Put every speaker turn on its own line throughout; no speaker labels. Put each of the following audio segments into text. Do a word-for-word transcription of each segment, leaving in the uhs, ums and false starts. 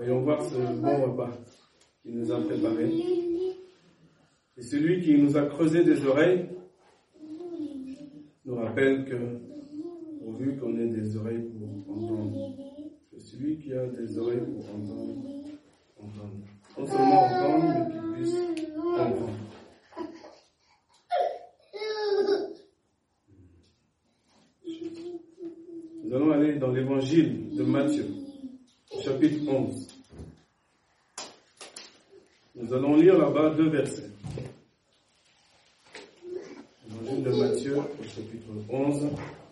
Voyons voir ce bon repas qu'il nous a préparé. Et celui qui nous a creusé des oreilles nous rappelle que, pourvu qu'on ait des oreilles pour entendre, que celui qui a des oreilles pour entendre, entendre. Non seulement entendre, mais qu'il puisse comprendre. Nous allons aller dans l'évangile de Matthieu, chapitre onze. Nous allons lire là-bas deux versets. L'évangile de Matthieu, au chapitre onze.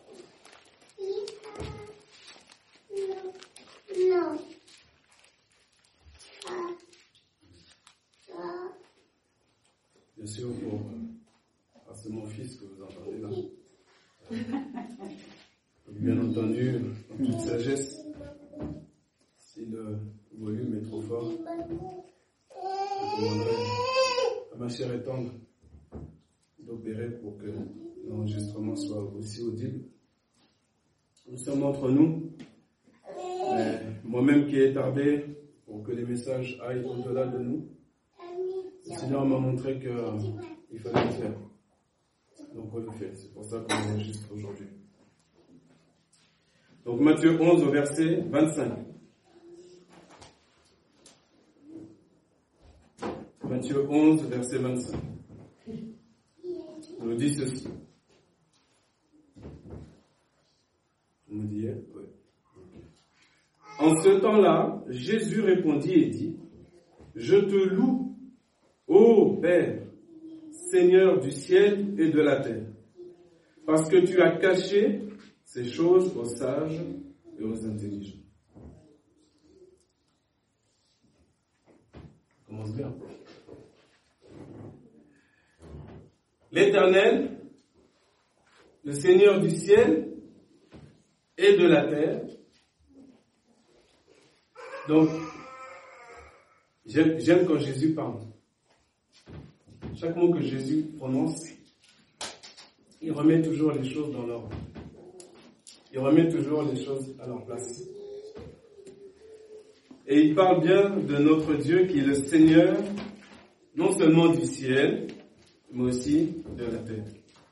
Bien sûr, pour, ah, c'est mon fils que vous entendez là. Bien entendu, en toute sagesse, si le volume est trop fort, je demanderai à ma chère et tendre d'opérer pour que l'enregistrement soit aussi audible. Nous sommes entre nous, mais moi-même qui ai tardé pour que les messages aillent au-delà de nous, le Seigneur m'a montré qu'il fallait le faire. Donc on le fait, c'est pour ça qu'on enregistre aujourd'hui. Donc Matthieu onze au verset vingt-cinq. Matthieu onze, verset vingt-cinq. On nous dit ceci. On me dit, oui. En ce temps-là, Jésus répondit et dit, je te loue, ô Père, Seigneur du ciel et de la terre, parce que tu as caché ces choses aux sages et aux intelligents. On commence bien. L'Éternel, le Seigneur du ciel et de la terre. Donc, j'aime, j'aime quand Jésus parle. Chaque mot que Jésus prononce, il remet toujours les choses dans l'ordre. Il remet toujours les choses à leur place. Et il parle bien de notre Dieu qui est le Seigneur, non seulement du ciel, mais aussi de la terre.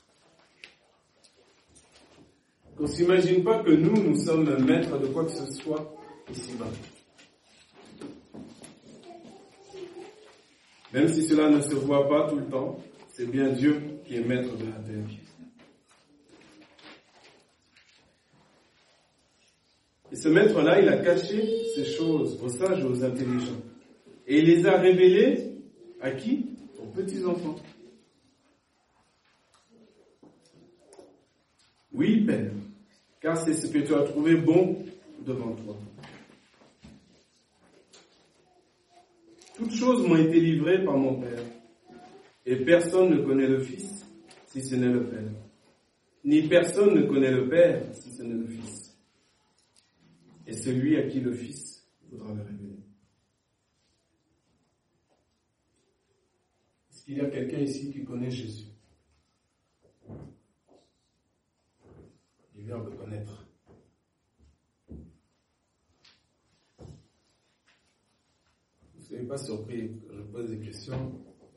On ne s'imagine pas que nous, nous sommes maîtres de quoi que ce soit ici-bas. Même si cela ne se voit pas tout le temps, c'est bien Dieu qui est maître de la terre. Et ce maître-là, il a caché ces choses aux sages et aux intelligents. Et il les a révélées à qui? Aux petits-enfants. Oui, Père, car c'est ce que tu as trouvé bon devant toi. Toutes choses m'ont été livrées par mon Père, et personne ne connaît le Fils si ce n'est le Père, ni personne ne connaît le Père si ce n'est le Fils. Et celui à qui le Fils voudra le révéler. Est-ce qu'il y a quelqu'un ici qui connaît Jésus? Du verbe connaître. Ne soyez pas surpris quand je pose des questions.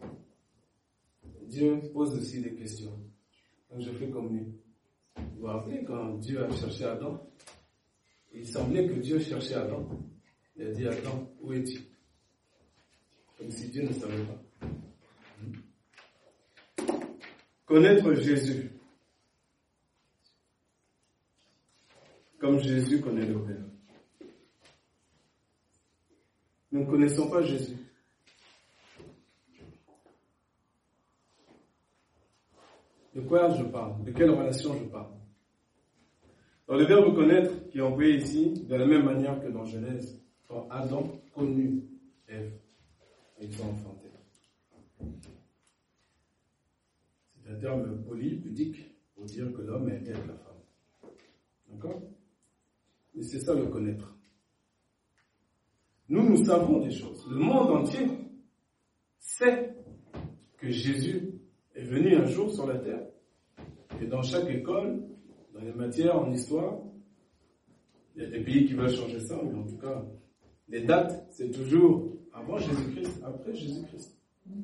Dieu pose aussi des questions. Donc je fais comme lui. Vous vous rappelez quand Dieu a cherché Adam? Il semblait que Dieu cherchait Adam. Il a dit, Adam, où es-tu? Comme si Dieu ne savait pas. Connaître Jésus. Comme Jésus connaît le Père. Nous ne connaissons pas Jésus. De quoi je parle? De quelle relation je parle? Dans le verbe connaître qui est employé ici, de la même manière que dans Genèse, quand Adam connut Ève, et ils sont enfantés. C'est un terme poli, pudique, pour dire que l'homme est avec la femme. D'accord? Mais c'est ça le connaître. Nous, nous savons des choses. Le monde entier sait que Jésus est venu un jour sur la terre. Et dans chaque école, dans les matières en histoire, il y a des pays qui veulent changer ça, mais en tout cas, Les dates, c'est toujours avant Jésus-Christ, après Jésus-Christ.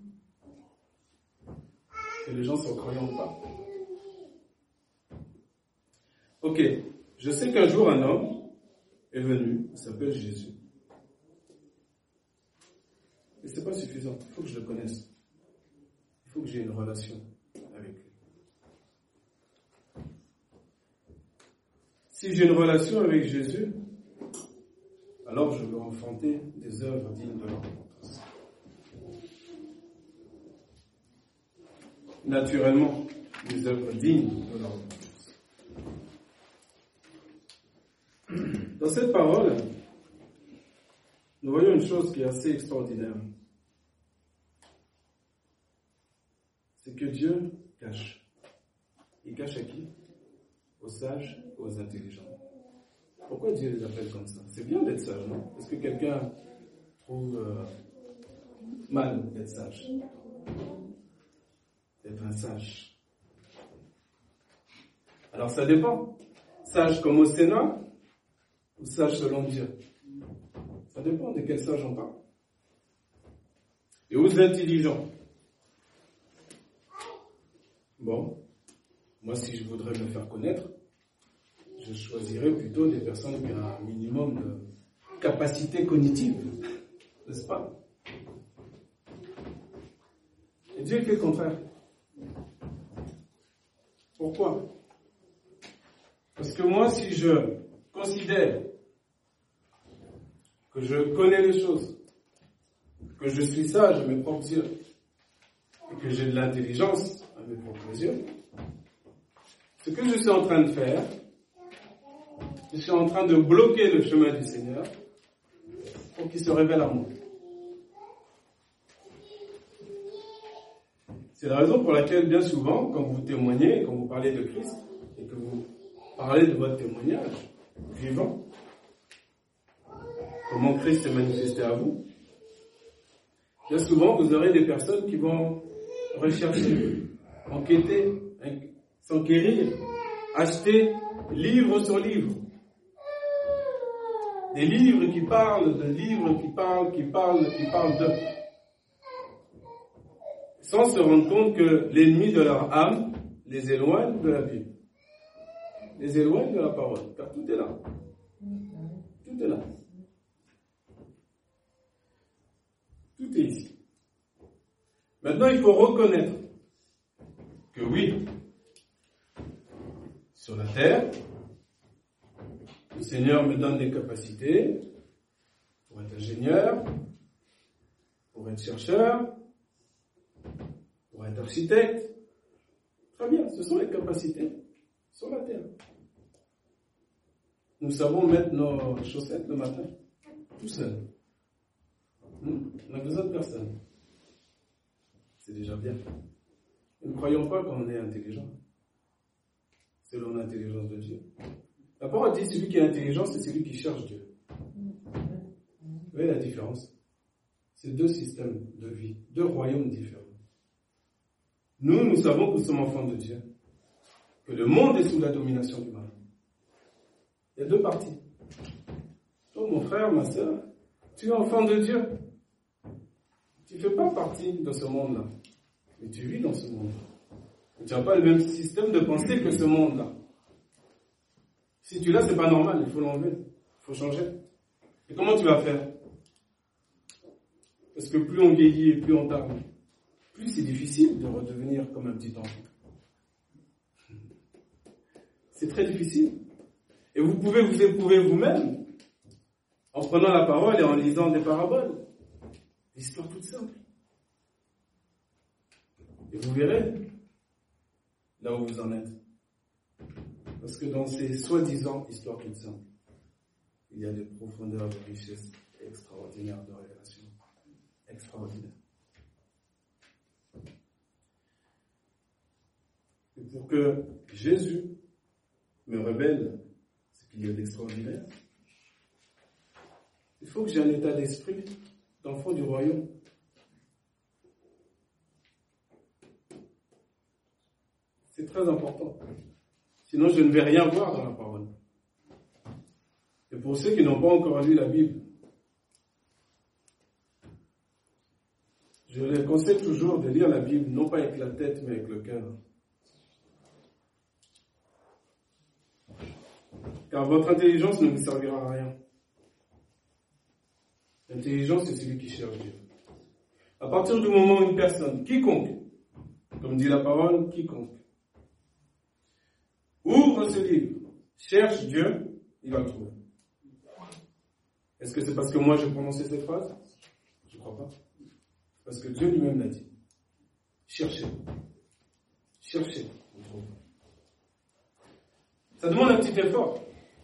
Que les gens sont croyants ou pas. Ok, je sais qu'un jour un homme est venu, il s'appelle Jésus. Et c'est pas suffisant, il faut que je le connaisse. Il faut que j'ai une relation avec lui. Si j'ai une relation avec Jésus, alors je veux enfanter des œuvres dignes de leur importance. Naturellement, des œuvres dignes de leur importance. Dans cette parole, nous voyons une chose qui est assez extraordinaire. C'est que Dieu cache. Il cache à qui? Aux sages et aux intelligents. Pourquoi Dieu les appelle comme ça? C'est bien d'être sage, non? Est-ce que quelqu'un trouve euh, mal d'être sage? D'être un sage. Alors ça dépend. Sage comme au Sénat ou sage selon Dieu? Ça dépend de quel sage on parle. Et aux intelligents. Bon, moi si je voudrais me faire connaître, je choisirais plutôt des personnes qui ont un minimum de capacité cognitive, n'est-ce pas? Et Dieu fait le contraire. Pourquoi? Parce que moi, si je considère que je connais les choses, que je suis sage à mes propres yeux, et que j'ai de l'intelligence à mes propres yeux, ce que je suis en train de faire, je suis en train de bloquer le chemin du Seigneur pour qu'il se révèle à moi. C'est la raison pour laquelle, bien souvent, quand vous témoignez, quand vous parlez de Christ, et que vous parlez de votre témoignage vivant, comment Christ s'est manifesté à vous, bien souvent, vous aurez des personnes qui vont rechercher, enquêter, s'enquérir, acheter livre sur livre. Des livres qui parlent de livres qui parlent, qui parlent, qui parlent d'eux. Sans se rendre compte que l'ennemi de leur âme les éloigne de la Bible. Les éloigne de la parole. Car tout est là. Tout est là. Tout est ici. Maintenant, il faut reconnaître que oui, sur la terre, le Seigneur me donne des capacités pour être ingénieur, pour être chercheur, pour être architecte. Très bien, ce sont les capacités sur la terre. Nous savons mettre nos chaussettes le matin, tout seul. On n'a besoin de personne. C'est déjà bien. Nous ne croyons pas qu'on est intelligent, selon l'intelligence de Dieu. La parole dit, celui qui est intelligent, c'est celui qui cherche Dieu. Vous voyez la différence? C'est deux systèmes de vie, deux royaumes différents. Nous, nous savons que nous sommes enfants de Dieu, que le monde est sous la domination du mal. Il y a deux parties. Toi, mon frère, ma soeur, tu es enfant de Dieu. Tu ne fais pas partie de ce monde-là, mais tu vis dans ce monde-là. Tu n'as pas le même système de pensée que ce monde-là. Si tu l'as, c'est pas normal, il faut l'enlever, il faut changer. Et comment tu vas faire? Parce que plus on vieillit et plus on tarde, plus c'est difficile de redevenir comme un petit enfant. C'est très difficile. Et vous pouvez vous éprouver vous-même en prenant la parole et en lisant des paraboles. L'histoire toute simple. Et vous verrez là où vous en êtes. Parce que dans ces soi-disant histoires toutes simples, il y a des profondeurs de richesse extraordinaires de révélation. Extraordinaires. Et pour que Jésus me révèle ce qu'il y a d'extraordinaire, il faut que j'ai un état d'esprit d'enfant du royaume. C'est très important. Sinon, je ne vais rien voir dans la parole. Et pour ceux qui n'ont pas encore lu la Bible, Je les conseille toujours de lire la Bible, non pas avec la tête, mais avec le cœur. Car votre intelligence ne vous servira à rien. L'intelligence, c'est celui qui cherche Dieu. À partir du moment où une personne, quiconque, comme dit la parole, quiconque, ouvre ce livre, cherche Dieu, il va le trouver. Est-ce que c'est parce que moi j'ai prononcé cette phrase? Je ne crois pas. C'est parce que Dieu lui-même l'a dit. Cherchez. Cherchez, vous trouvez. Ça demande un petit effort.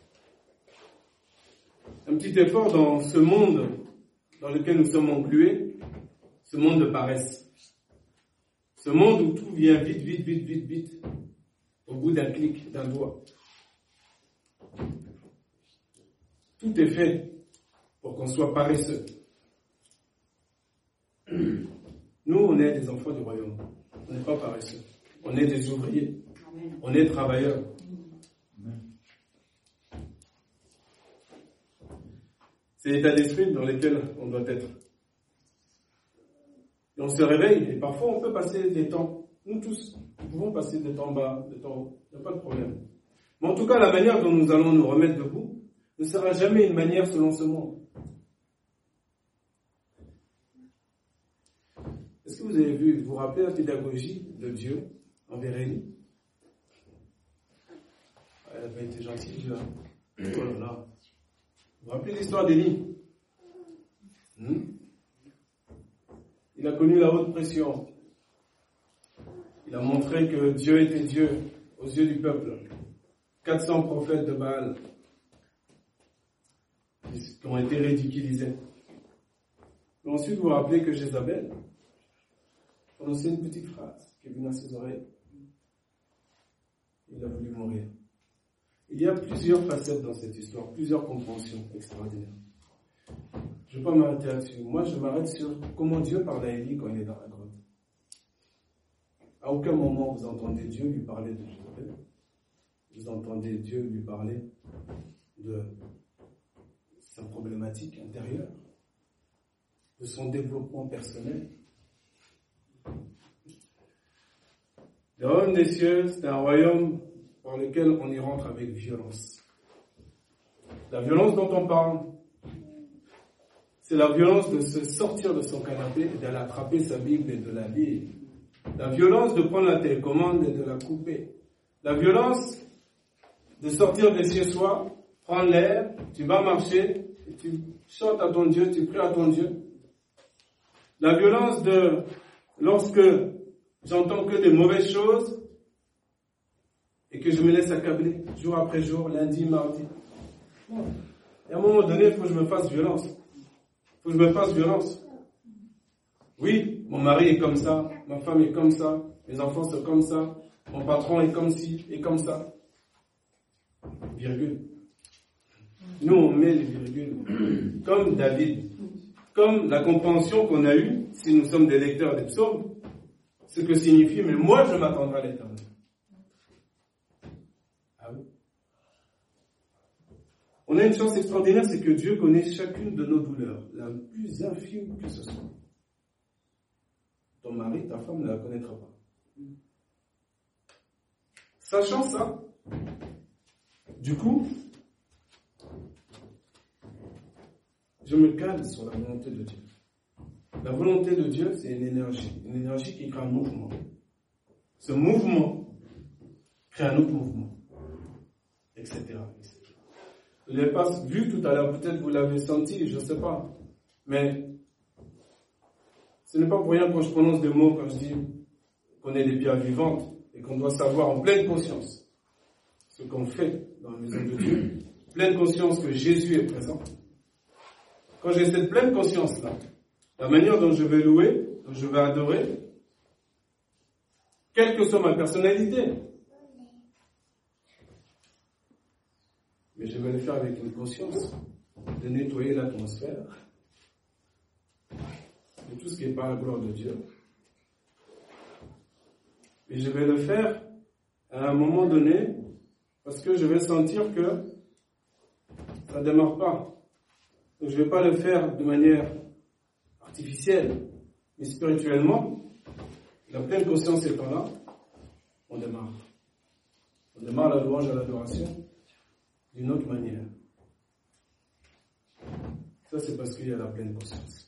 Un petit effort dans ce monde dans lequel nous sommes englués, ce monde de paresse. Ce monde où tout vient vite, vite, vite, vite, vite, au bout d'un clic, d'un doigt. Tout est fait pour qu'on soit paresseux. Nous, on est des enfants du royaume. On n'est pas paresseux. On est des ouvriers. On est travailleurs. C'est l'état d'esprit dans lequel on doit être. Et on se réveille, et parfois on peut passer des temps, nous tous, nous pouvons passer des temps bas, des temps hauts, il n'y a pas de problème. Mais en tout cas, la manière dont nous allons nous remettre debout ne sera jamais une manière selon ce monde. Est-ce que vous avez vu, vous vous rappelez la pédagogie de Dieu envers Élie? Elle n'a pas été gentille, Dieu. Oh là là. Vous vous rappelez l'histoire d'Élie? hmm? Il a connu la haute pression. Il a montré que Dieu était Dieu aux yeux du peuple. quatre cents prophètes de Baal qui ont été ridiculisés. Et ensuite, vous vous rappelez que Jézabel prononçait une petite phrase qui est venue à ses oreilles. Il a voulu mourir. Il y a plusieurs facettes dans cette histoire, plusieurs compréhensions extraordinaires. Je ne vais pas m'arrêter là-dessus. Moi, je m'arrête sur comment Dieu parle à Élie quand il est dans la grotte. À aucun moment vous entendez Dieu lui parler de Jézabel. Vous entendez Dieu lui parler de sa problématique intérieure, de son développement personnel. Le royaume des cieux, c'est un royaume par lequel on y rentre avec violence. La violence dont on parle, c'est la violence de se sortir de son canapé et d'aller attraper sa Bible et de la lire. La violence de prendre la télécommande et de la couper. La violence de sortir de chez soi, prendre l'air, tu vas marcher, et tu chantes à ton Dieu, tu pries à ton Dieu. La violence de, lorsque j'entends que des mauvaises choses, et que je me laisse accabler, jour après jour, lundi, mardi. Et à un moment donné, il faut que je me fasse violence. Il faut que je me fasse violence. Oui, mon mari est comme ça, ma femme est comme ça, mes enfants sont comme ça, mon patron est comme ci et comme ça. Virgule. Nous, on met les virgules. Comme David. Comme la compréhension qu'on a eue, si nous sommes des lecteurs des psaumes, ce que signifie, mais moi je m'attendrai à l'Éternel. Ah oui. On a une chance extraordinaire, c'est que Dieu connaît chacune de nos douleurs, la plus infime que ce soit. Ton mari, ta femme ne la connaîtra pas. Sachant ça, du coup, je me calme sur la volonté de Dieu. La volonté de Dieu, c'est une énergie, une énergie qui crée un mouvement. Ce mouvement crée un autre mouvement, et cetera et cetera. Je ne l'ai pas vu tout à l'heure, peut-être vous l'avez senti, je ne sais pas. Mais ce n'est pas pour rien quand je prononce des mots, quand je dis qu'on est des pierres vivantes et qu'on doit savoir en pleine conscience ce qu'on fait dans la maison de Dieu, pleine conscience que Jésus est présent. Quand j'ai cette pleine conscience-là, la manière dont je vais louer, dont je vais adorer, quelle que soit ma personnalité, mais je vais le faire avec une conscience de nettoyer l'atmosphère de tout ce qui n'est pas la gloire de Dieu. Et je vais le faire à un moment donné parce que je vais sentir que ça ne démarre pas. Donc je ne vais pas le faire de manière artificielle. Mais spirituellement, la pleine conscience étant là, on démarre. On démarre la louange à l'adoration d'une autre manière. Ça, c'est parce qu'il y a la pleine conscience.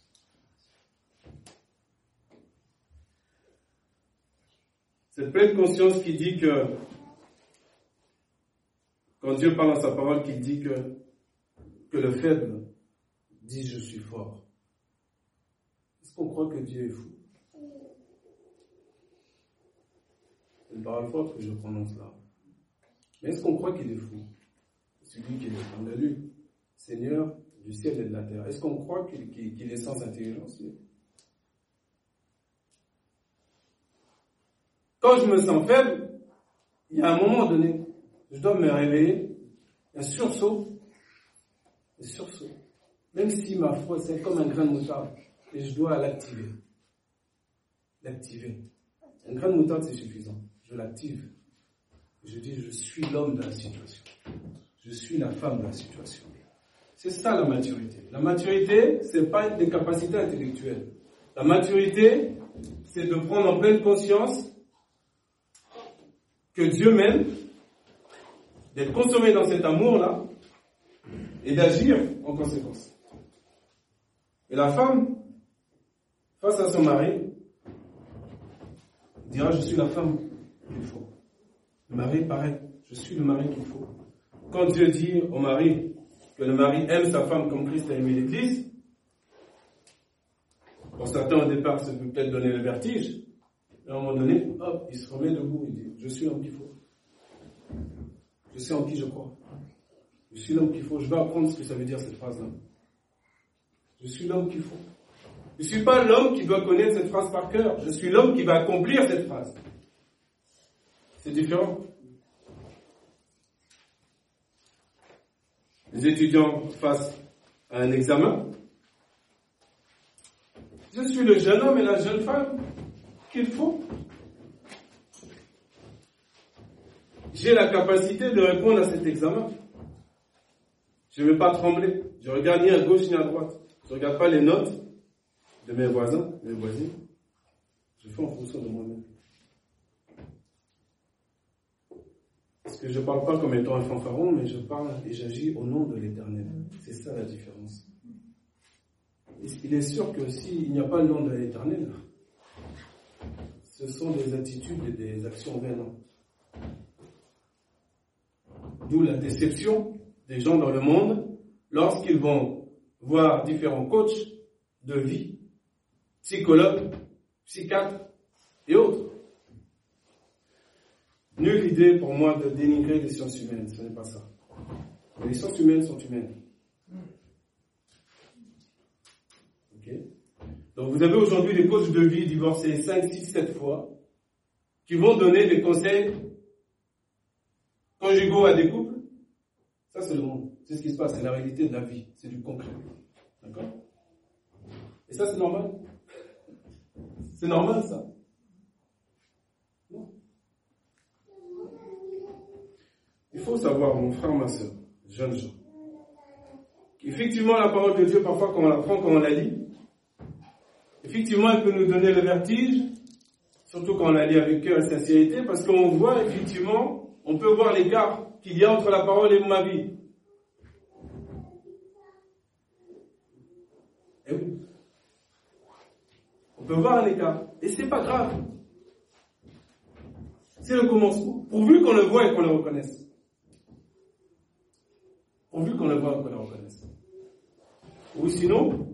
Cette pleine conscience qui dit que, quand Dieu parle dans sa parole, qu'il dit que, que le faible dit je suis fort. Est-ce qu'on croit que Dieu est fou? C'est une parole forte que je prononce là. Mais est-ce qu'on croit qu'il est fou? Celui qui est, on l'a lu, Seigneur du ciel et de la terre. Est-ce qu'on croit qu'il, qu'il est sans intelligence? Quand je me sens faible, il y a un moment donné, je dois me réveiller, un sursaut, un sursaut. Même si ma foi, c'est comme un grain de moutarde, et je dois l'activer. L'activer. Un grain de moutarde, c'est suffisant. Je l'active. Je dis, je suis l'homme de la situation. Je suis la femme de la situation. C'est ça la maturité. La maturité, c'est pas des capacités intellectuelles. La maturité, c'est de prendre en pleine conscience que Dieu m'aime, d'être consommé dans cet amour-là, et d'agir en conséquence. Et la femme, face à son mari, dira, je suis la femme qu'il faut. Le mari, pareil, je suis le mari qu'il faut. Quand Dieu dit au mari que le mari aime sa femme comme Christ a aimé l'Église, pour certains au départ, ça peut peut-être donner le vertige. Et à un moment donné, hop, il se remet debout, il dit, je suis l'homme qu'il faut. Je sais en qui je crois. Je suis l'homme qu'il faut. Je vais apprendre ce que ça veut dire cette phrase-là. Je suis l'homme qu'il faut. Je ne suis pas l'homme qui doit connaître cette phrase par cœur. Je suis l'homme qui va accomplir cette phrase. C'est différent. Les étudiants face à un examen. Je suis le jeune homme et la jeune femme qu'il faut. J'ai la capacité de répondre à cet examen. Je ne vais pas trembler. Je ne regarde ni à gauche ni à droite. Je ne regarde pas les notes de mes voisins, mes voisines. Je fais en fonction de moi-même. Parce que je ne parle pas comme étant un fanfaron, mais je parle et j'agis au nom de l'Éternel. C'est ça la différence. Il est sûr que s'il n'y a pas le nom de l'Éternel, ce sont des attitudes et des actions vaines. D'où la déception des gens dans le monde lorsqu'ils vont voir différents coachs de vie, psychologues, psychiatres et autres. Nulle idée pour moi de dénigrer les sciences humaines, ce n'est pas ça. Les sciences humaines sont humaines. Ok? Donc vous avez aujourd'hui des coachs de vie divorcés cinq, six, sept fois qui vont donner des conseils conjugaux à des couples. Ça c'est le monde. C'est ce qui se passe, c'est la réalité de la vie. C'est du concret. D'accord? Et ça c'est normal? C'est normal ça? Non. Il faut savoir, mon frère, ma soeur, jeunes gens, qu'effectivement la parole de Dieu, parfois quand on la prend, quand on la lit, effectivement elle peut nous donner le vertige, surtout quand on la lit avec cœur et sincérité, parce qu'on voit effectivement, on peut voir l'écart qu'il y a entre la parole et ma vie. Et oui. On peut voir un écart. Et c'est pas grave. C'est le commencement. Pourvu qu'on le voit et qu'on le reconnaisse. Pourvu qu'on le voit et qu'on le reconnaisse. Ou sinon,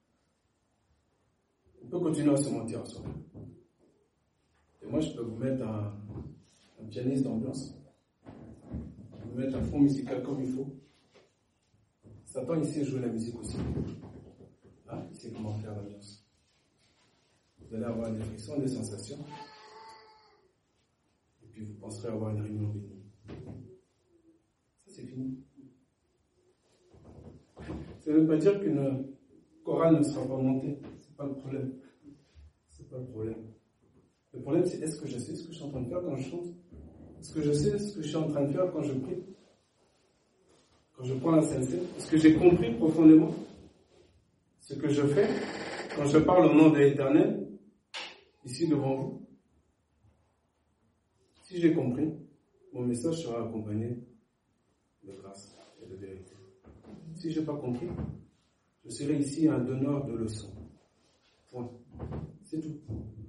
on peut continuer à se mentir à soi. Et moi, je peux vous mettre un, un pianiste d'ambiance. Vous mettre un fond musical comme il faut. Satan, il sait jouer la musique aussi. Hein? Il sait comment faire l'ambiance. Vous allez avoir des frissons, des sensations. Et puis vous penserez avoir une réunion bénie. Ça, c'est fini. Ça ne veut pas dire qu'une chorale ne sera pas montée. C'est pas le problème. C'est pas le problème. Le problème, c'est est-ce que je sais ce que je suis en train de faire quand je chante? Est-ce que je sais ce que je suis en train de faire quand je prie? Quand je prends la Sainte Seine? Est-ce que j'ai compris profondément ce que je fais quand je parle au nom de l'Éternel, ici devant vous, si j'ai compris, mon message sera accompagné de grâce et de vérité. Si je n'ai pas compris, je serai ici un donneur de leçons. Point. C'est tout.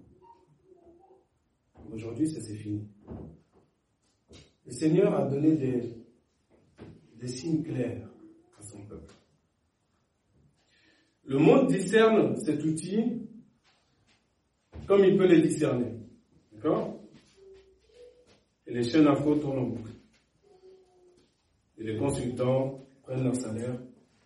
Aujourd'hui, ça c'est fini. Le Seigneur a donné des, des signes clairs à son peuple. Le monde discerne cet outil comme il peut les discerner. D'accord? Et les chaînes info tournent en boucle. Et les consultants prennent leur salaire.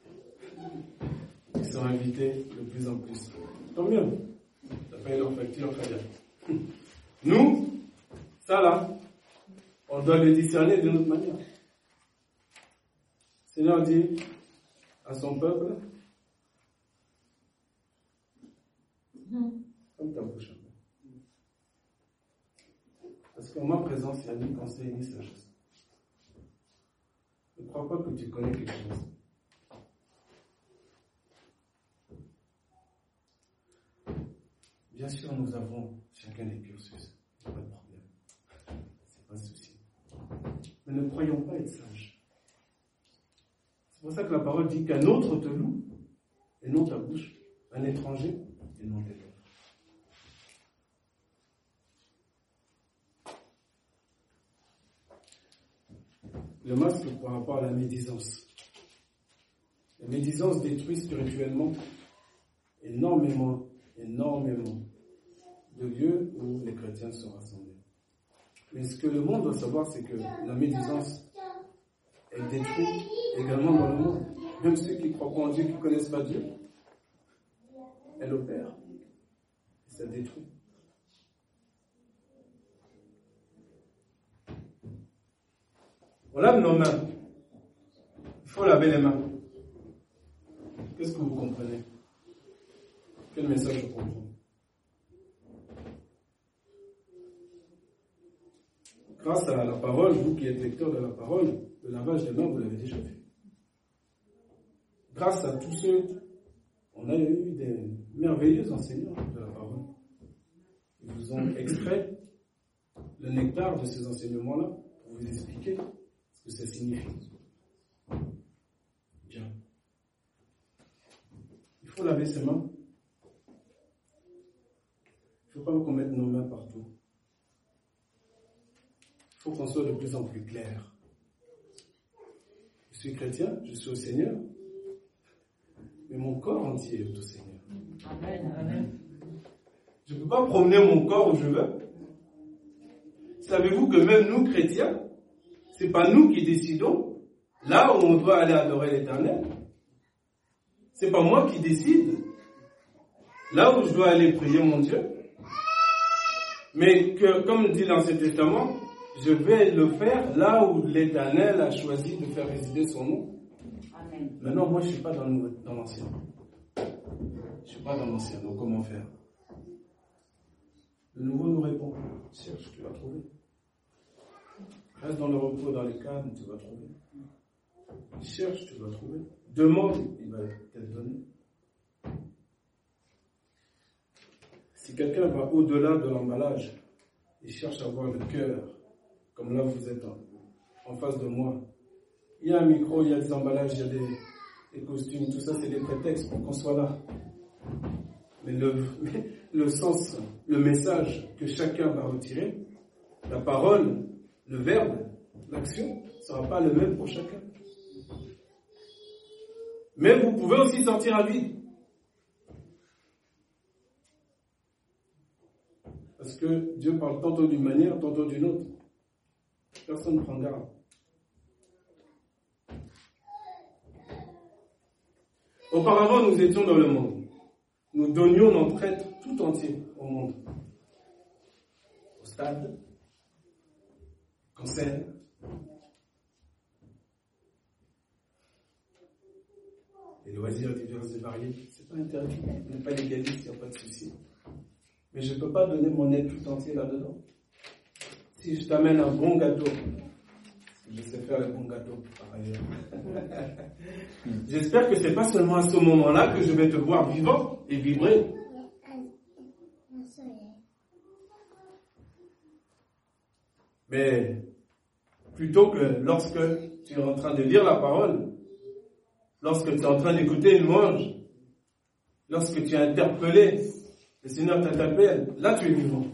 Ils sont invités de plus en plus. Tant mieux. Ça paye leur facture, très bien. Nous, ça là, on doit le discerner d'une autre manière. Le Seigneur dit à son peuple, comme ta bouche. Parce qu'en ma présence, il y a ni conseil ni sagesse. Ne crois pas que tu connais quelque chose. Bien sûr, nous avons chacun des cursus. Pas de problème. C'est pas un souci. Mais ne croyons pas être sages. C'est pour ça que la parole dit qu'un autre te loue et non ta bouche. Un étranger et non tes lèvres. Le masque par rapport à la médisance. La médisance détruit spirituellement énormément, énormément de lieux où les chrétiens sont rassemblés. Mais ce que le monde doit savoir, c'est que la médisance, elle détruit également dans le monde. Même ceux qui croient pas en Dieu, qui ne connaissent pas Dieu, elle opère. Et ça détruit. On lave nos mains. Il faut laver les mains. Qu'est-ce que vous comprenez? Quel message vous comprenez? Grâce à la parole, vous qui êtes lecteur de la parole, le lavage des mains, vous l'avez déjà fait. Grâce à tous ceux, on a eu des merveilleux enseignants de la parole. Ils vous ont extrait le nectar de ces enseignements-là pour vous expliquer ce que ça signifie. Bien. Il faut laver ses mains. Il ne faut pas qu'on mette nos mains partout. Il faut qu'on soit de plus en plus clair. Je suis chrétien, je suis au Seigneur, mais mon corps entier est au Seigneur. Amen, amen. Je ne peux pas promener mon corps où je veux. Savez-vous que même nous, chrétiens, ce n'est pas nous qui décidons là où on doit aller adorer l'Éternel. Ce n'est pas moi qui décide là où je dois aller prier mon Dieu. Mais que, comme dit l'Ancien Testament, je vais le faire là où l'Éternel a choisi de faire résider son nom. Amen. Maintenant, moi, je ne suis pas dans, le, dans l'ancien. Je ne suis pas dans l'ancien, donc comment faire? Le nouveau nous répond, cherche, tu vas trouver. Reste dans le repos, dans les calmes, tu vas trouver. Cherche, tu vas trouver. Demande, il va t'être donné. Si quelqu'un va au-delà de l'emballage et cherche à avoir le cœur, comme là vous êtes en, en face de moi, il y a un micro, il y a des emballages, il y a des, des costumes, tout ça c'est des prétextes pour qu'on soit là. Mais le, le sens, le message que chacun va retirer, la parole, le verbe, l'action, ne sera pas le même pour chacun. Mais vous pouvez aussi sortir à vide. Parce que Dieu parle tantôt d'une manière, tantôt d'une autre. Personne ne prend garde. Auparavant, nous étions dans le monde. Nous donnions notre être tout entier au monde. Au stade, concert, les loisirs divers et variés. C'est pas interdit, ce n'est pas légaliste, il n'y a pas de souci. Mais je ne peux pas donner mon être tout entier là-dedans. Si je t'amène un bon gâteau, Je sais faire les bons gâteaux, par ailleurs. J'espère que ce n'est pas seulement à ce moment-là que je vais te voir vivant et vibrer. Mais plutôt que lorsque tu es en train de lire la parole, lorsque tu es en train d'écouter une louange, lorsque tu es interpellé, le Seigneur t'interpelle, là tu es vivant.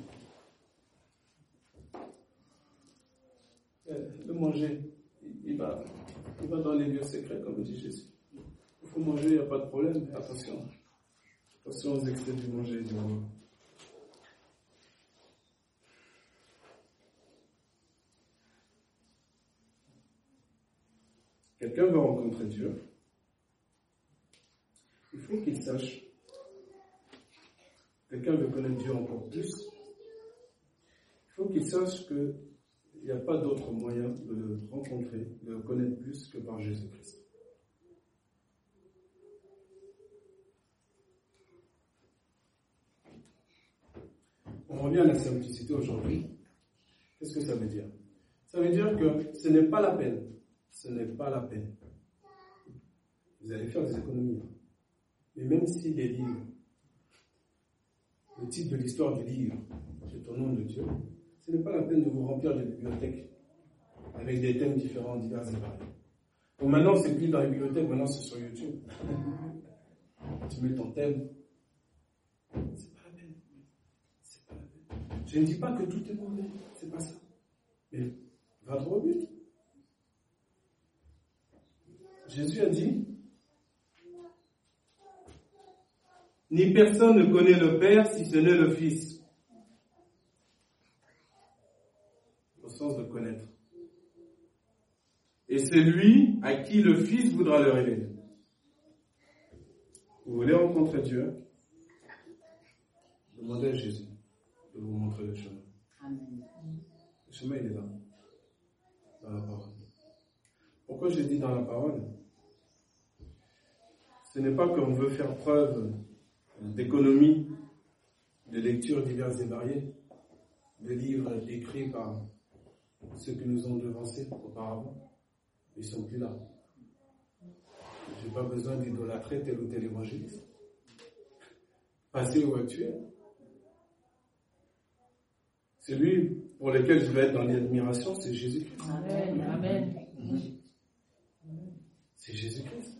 Le manger, il va, il va dans les lieux secrets, comme dit Jésus. Il faut manger, il n'y a pas de problème, mais attention. Attention aux excès du manger et du boire. Quelqu'un veut rencontrer Dieu. Il faut qu'il sache. Quelqu'un veut connaître Dieu encore plus. Il faut qu'il sache qu'il n'y a pas d'autre moyen de le rencontrer, de le connaître plus que par Jésus-Christ. On revient à la simplicité aujourd'hui. Qu'est-ce que ça veut dire? Ça veut dire que ce n'est pas la peine. Ce n'est pas la peine. Vous allez faire des économies. Mais même si les livres, le titre de l'histoire du livre, c'est au nom de Dieu, ce n'est pas la peine de vous remplir de bibliothèques avec des thèmes différents, divers et variés. Donc maintenant, c'est plus dans les bibliothèques, maintenant c'est sur YouTube. Tu mets ton thème. C'est pas la peine. C'est pas la peine. Je ne dis pas que tout est mauvais, c'est pas ça. Mais va droit au but. Jésus a dit, ni personne ne connaît le Père si ce n'est le Fils. Au sens de connaître. Et c'est lui à qui le Fils voudra le révéler. Vous voulez rencontrer Dieu? Demandez à Jésus de vous montrer le chemin. Amen. Le chemin, il est là, dans la parole. Pourquoi je dis dans la parole? Ce n'est pas qu'on veut faire preuve d'économie, de lectures diverses et variées, de livres écrits par ceux qui nous ont devancés auparavant. Ils ne sont plus là. Je n'ai pas besoin d'idolâtrer tel ou tel évangéliste, passé ou actuel. Celui pour lequel je vais être dans l'admiration, c'est Jésus-Christ.
Amen. Amen.
C'est Jésus-Christ.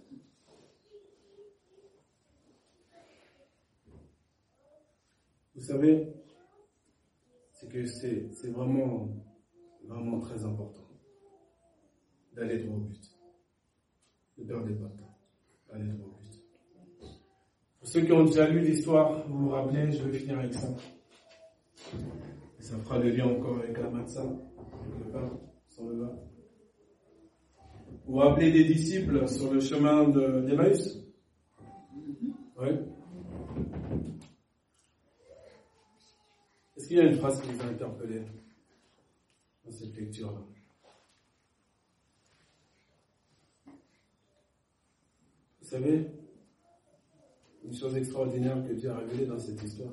Vous savez, c'est que c'est, c'est vraiment, vraiment très important d'aller droit au but. Ne perdez pas de temps. D'aller droit au but. Pour ceux qui ont déjà lu l'histoire, vous vous rappelez, je vais finir avec ça. Et ça fera le lien encore avec la matzah, avec le pain, sans le vin. Vous vous rappelez des disciples sur le chemin de, d'Emmaüs? Oui. Est-ce qu'il y a une phrase qui vous a interpellé dans cette lecture-là? Vous savez, une chose extraordinaire que Dieu a révélée dans cette histoire.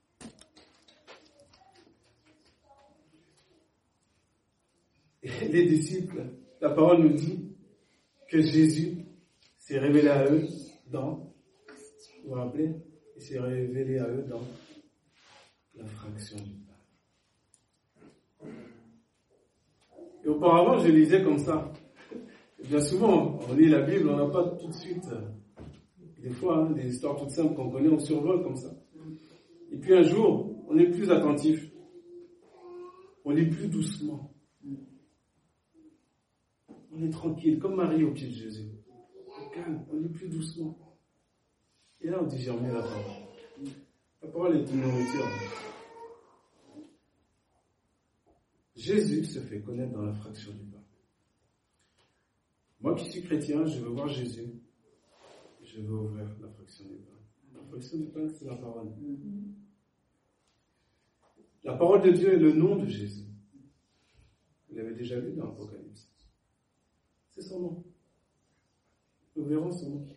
Et les disciples, la parole nous dit que Jésus s'est révélé à eux dans, vous vous rappelez, il s'est révélé à eux dans la fraction du pain. Et auparavant, je lisais comme ça. Bien souvent, on lit la Bible, on n'a pas tout de suite, des fois, hein, des histoires toutes simples qu'on connaît, on survole comme ça. Et puis un jour, on est plus attentif. On lit plus doucement. On est tranquille, comme Marie au pied de Jésus. On est calme, on lit plus doucement. Et là, on dit, j'ai remis la parole. La parole est une nourriture. Jésus se fait connaître dans la fraction du pain. Moi qui suis chrétien, je veux voir Jésus. Je veux ouvrir la fraction du pain. La fraction du pain, c'est la parole. La parole de Dieu est le nom de Jésus. Vous l'avez déjà lu dans l'Apocalypse. C'est son nom. Nous verrons son nom.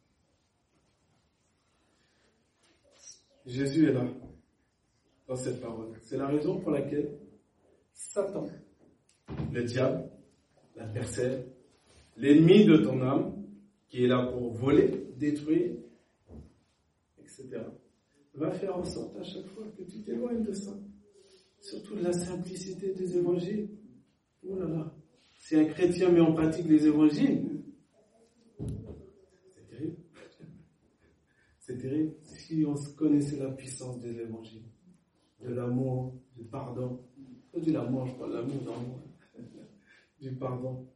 Jésus est là, dans cette parole. C'est la raison pour laquelle Satan, le diable, l'adversaire, l'ennemi de ton âme, qui est là pour voler, détruire, et cetera, va faire en sorte à chaque fois que tu t'éloignes de ça. Surtout de la simplicité des évangiles. Oh là là, si un chrétien met en pratique les évangiles, c'est terrible. C'est terrible. Si on connaissait la puissance des évangiles, de l'amour, du pardon, pas de l'amour, je parle de l'amour, d'amour, du pardon.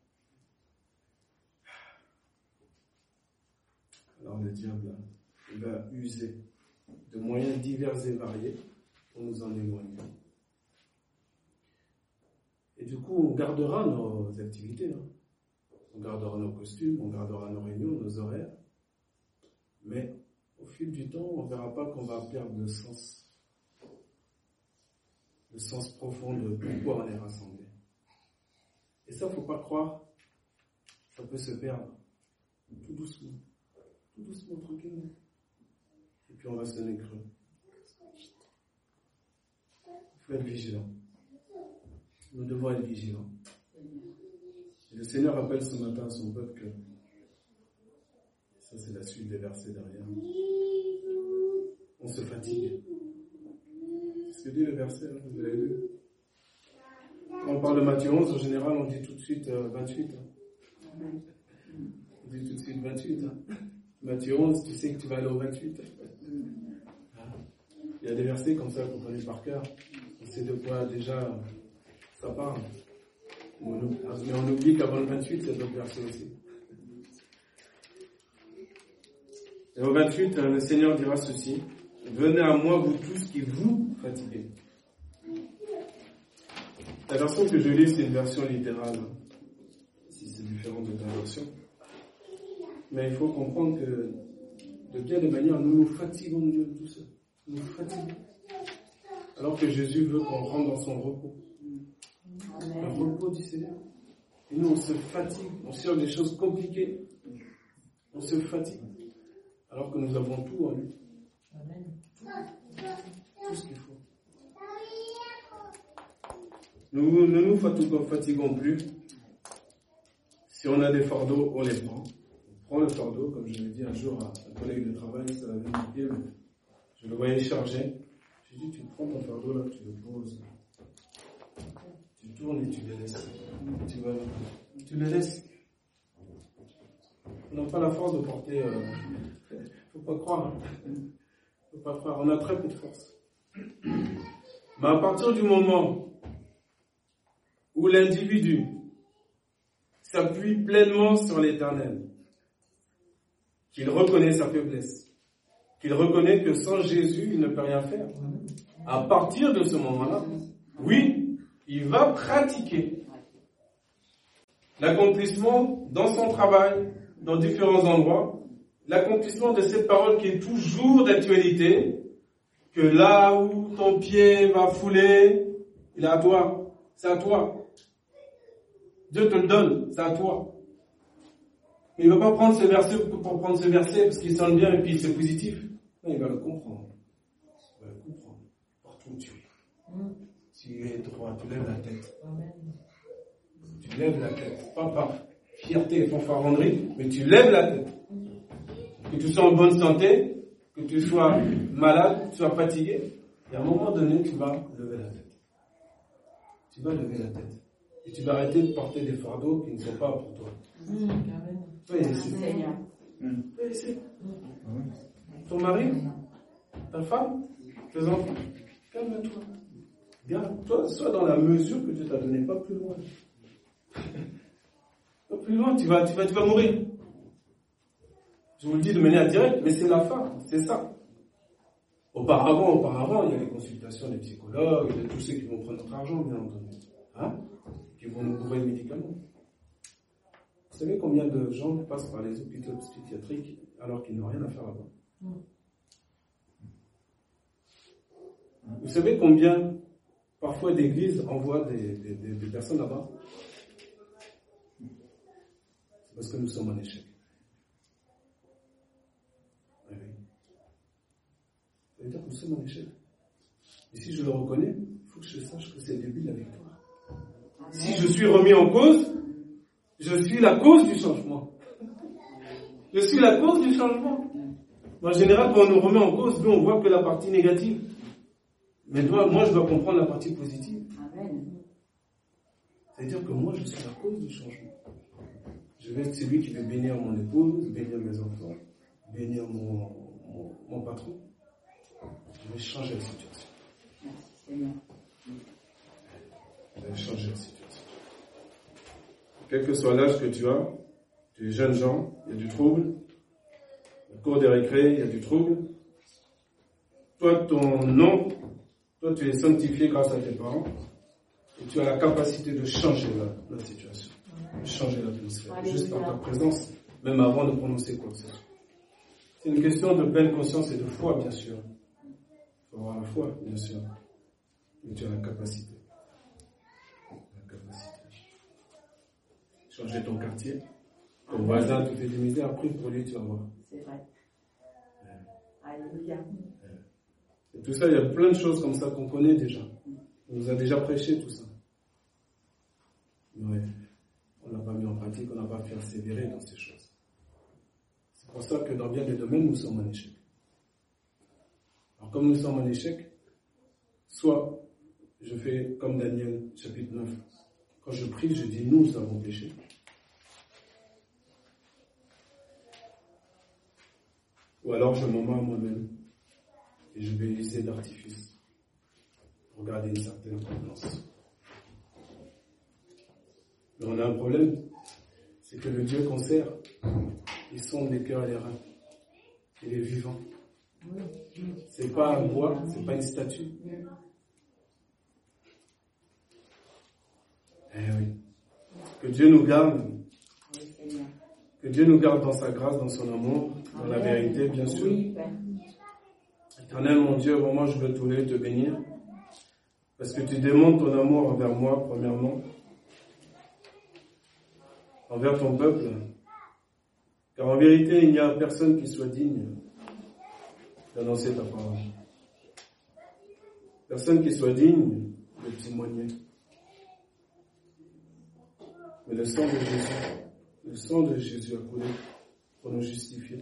Alors le diable, il va user de moyens divers et variés pour nous en éloigner. Et du coup, on gardera nos activités. Hein. On gardera nos costumes, on gardera nos réunions, nos horaires. Mais au fil du temps, on ne verra pas qu'on va perdre le sens. Le sens profond de pourquoi on est rassemblés. Et ça, il ne faut pas croire. Ça peut se perdre. Tout doucement. Tout doucement, tranquillement. Et puis on va se donner creux. Il faut être vigilant. Nous devons être vigilants. Et le Seigneur rappelle ce matin à son peuple que, ça c'est la suite des versets derrière, on se fatigue. C'est ce que dit le verset, vous l'avez lu. Quand on parle de Matthieu onze, en général on dit tout de suite euh, vingt-huit. Hein. On dit tout de suite vingt-huit. Hein. Matthieu onze, tu sais que tu vas aller au vingt-huit. Il y a des versets comme ça qu'on connaît par cœur. On sait de quoi déjà ça parle. Mais on oublie qu'avant le vingt-huit, il y a d'autres versets aussi. Et au vingt-huit, le Seigneur dira ceci: venez à moi, vous tous qui vous fatiguez. La version que je lis, c'est une version littérale. Si c'est différent de ta version. Mais il faut comprendre que de bien des manières, nous nous fatiguons de tout ça. Nous nous fatiguons. Alors que Jésus veut qu'on rentre dans son repos. Amen. Le repos du Seigneur. Et nous, on se fatigue. On cherche des choses compliquées. On se fatigue. Alors que nous avons tout en lui. Amen. Tout, tout ce qu'il faut. Nous ne nous fatiguons, fatiguons plus. Si on a des fardeaux, on les prend. On prend le fardeau, comme je l'ai dit un jour à un collègue de travail, ça l'avait dit, je le voyais chargé. J'ai dit, tu prends ton fardeau là, tu le poses. Tu tournes et tu le laisses. Tu vas, tu le laisses. On n'a pas la force de porter. Euh, faut pas croire. Faut pas croire. On a très peu de force. Mais à partir du moment où l'individu s'appuie pleinement sur l'Éternel, qu'il reconnaît sa faiblesse, qu'il reconnaît que sans Jésus, il ne peut rien faire. À partir de ce moment-là, oui, il va pratiquer l'accomplissement dans son travail, dans différents endroits, l'accomplissement de cette parole qui est toujours d'actualité, que là où ton pied va fouler, il est à toi, c'est à toi. Dieu te le donne, c'est à toi. Il ne va pas prendre ce verset pour prendre ce verset parce qu'il sonne bien et puis c'est positif. Non, il va le comprendre. Il va le comprendre. Partout où tu es. Tu es droit, tu lèves la tête. Tu lèves la tête. Pas par fierté et fanfaronnerie, mais tu lèves la tête. Que tu sois en bonne santé, que tu sois malade, que tu sois fatigué. Et à un moment donné, tu vas lever la tête. Tu vas lever la tête. Et tu vas arrêter de porter des fardeaux qui ne sont pas pour toi. Mmh. Tu vas y laisser. Mmh. Tu vas y laisser. Mmh. Ton mari, ta femme, tes enfants, calme-toi. Garde-toi, sois dans la mesure que Dieu t'a donnée, pas plus loin. Pas plus loin, tu vas, tu vas, tu vas mourir. Je vous le dis de manière directe, mais c'est la fin, c'est ça. Auparavant, auparavant, il y a les consultations des psychologues, de tous ceux qui vont prendre notre argent, bien entendu. Hein? Qui vont nous bourrer de médicaments. Vous savez combien de gens passent par les hôpitaux psychiatriques alors qu'ils n'ont rien à faire là-bas? Mm. Vous savez combien parfois d'églises envoient des, des, des, des personnes là-bas? C'est parce que nous sommes en échec. Oui, oui. Ça veut dire que nous sommes en échec. Et si je le reconnais, il faut que je sache que c'est le début de la victoire. Si je suis remis en cause, Je suis la cause du changement. Je suis la cause du changement. En général, quand on nous remet en cause, nous, on voit que la partie négative. Mais moi, je dois comprendre la partie positive.
Amen.
C'est-à-dire que moi, je suis la cause du changement. Je vais être celui qui veut bénir mon épouse, bénir mes enfants, bénir mon, mon, mon patron. Je vais changer la situation.
Merci Seigneur.
Je vais changer la situation. Quel que soit l'âge que tu as, tu es jeune gens, il y a du trouble. Au cours des récrés, il y a du trouble. Toi, ton nom, toi, tu es sanctifié grâce à tes parents. Et tu as la capacité de changer la, la situation, de changer l'atmosphère, juste par ta présence, même avant de prononcer quoi que ce soit. C'est une question de pleine conscience et de foi, bien sûr. Il faut avoir la foi, bien sûr. Mais tu as la capacité. La capacité. Changer ton quartier. Ton voisin te fait des misères, prie pour lui, tu vas voir.
C'est vrai. Alléluia.
Et tout ça, il y a plein de choses comme ça qu'on connaît déjà. On nous a déjà prêché tout ça. Mais on n'a pas mis en pratique, on n'a pas persévéré dans ces choses. C'est pour ça que dans bien des domaines, nous sommes en échec. Alors comme nous sommes en échec, soit je fais comme Daniel, chapitre neuf. Quand je prie, je dis nous avons péché. Ou alors je m'en mets à moi-même et je vais user d'artifice pour garder une certaine confiance. Mais on a un problème, c'est que le Dieu qu'on sert, il sonde les cœurs et les reins. Il est vivant. C'est pas un bois, c'est pas une statue. Eh oui. Que Dieu nous garde. Que Dieu nous garde dans sa grâce, dans son amour, dans la vérité, bien sûr. Éternel, mon Dieu, vraiment, je veux te louer, te bénir. Parce que tu démontres ton amour envers moi, premièrement. Envers ton peuple. Car en vérité, il n'y a personne qui soit digne d'annoncer ta parole. Personne qui soit digne de témoigner. Mais le sang de Jésus, le sang de Jésus a coulé pour nous justifier,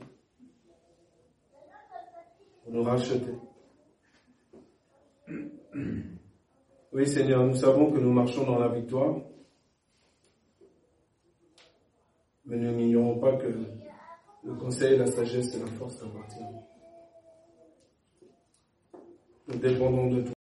pour nous racheter. Oui, Seigneur, nous savons que nous marchons dans la victoire, mais nous n'ignorons pas que le conseil, la sagesse et la force t'appartiennent. Nous dépendons de toi.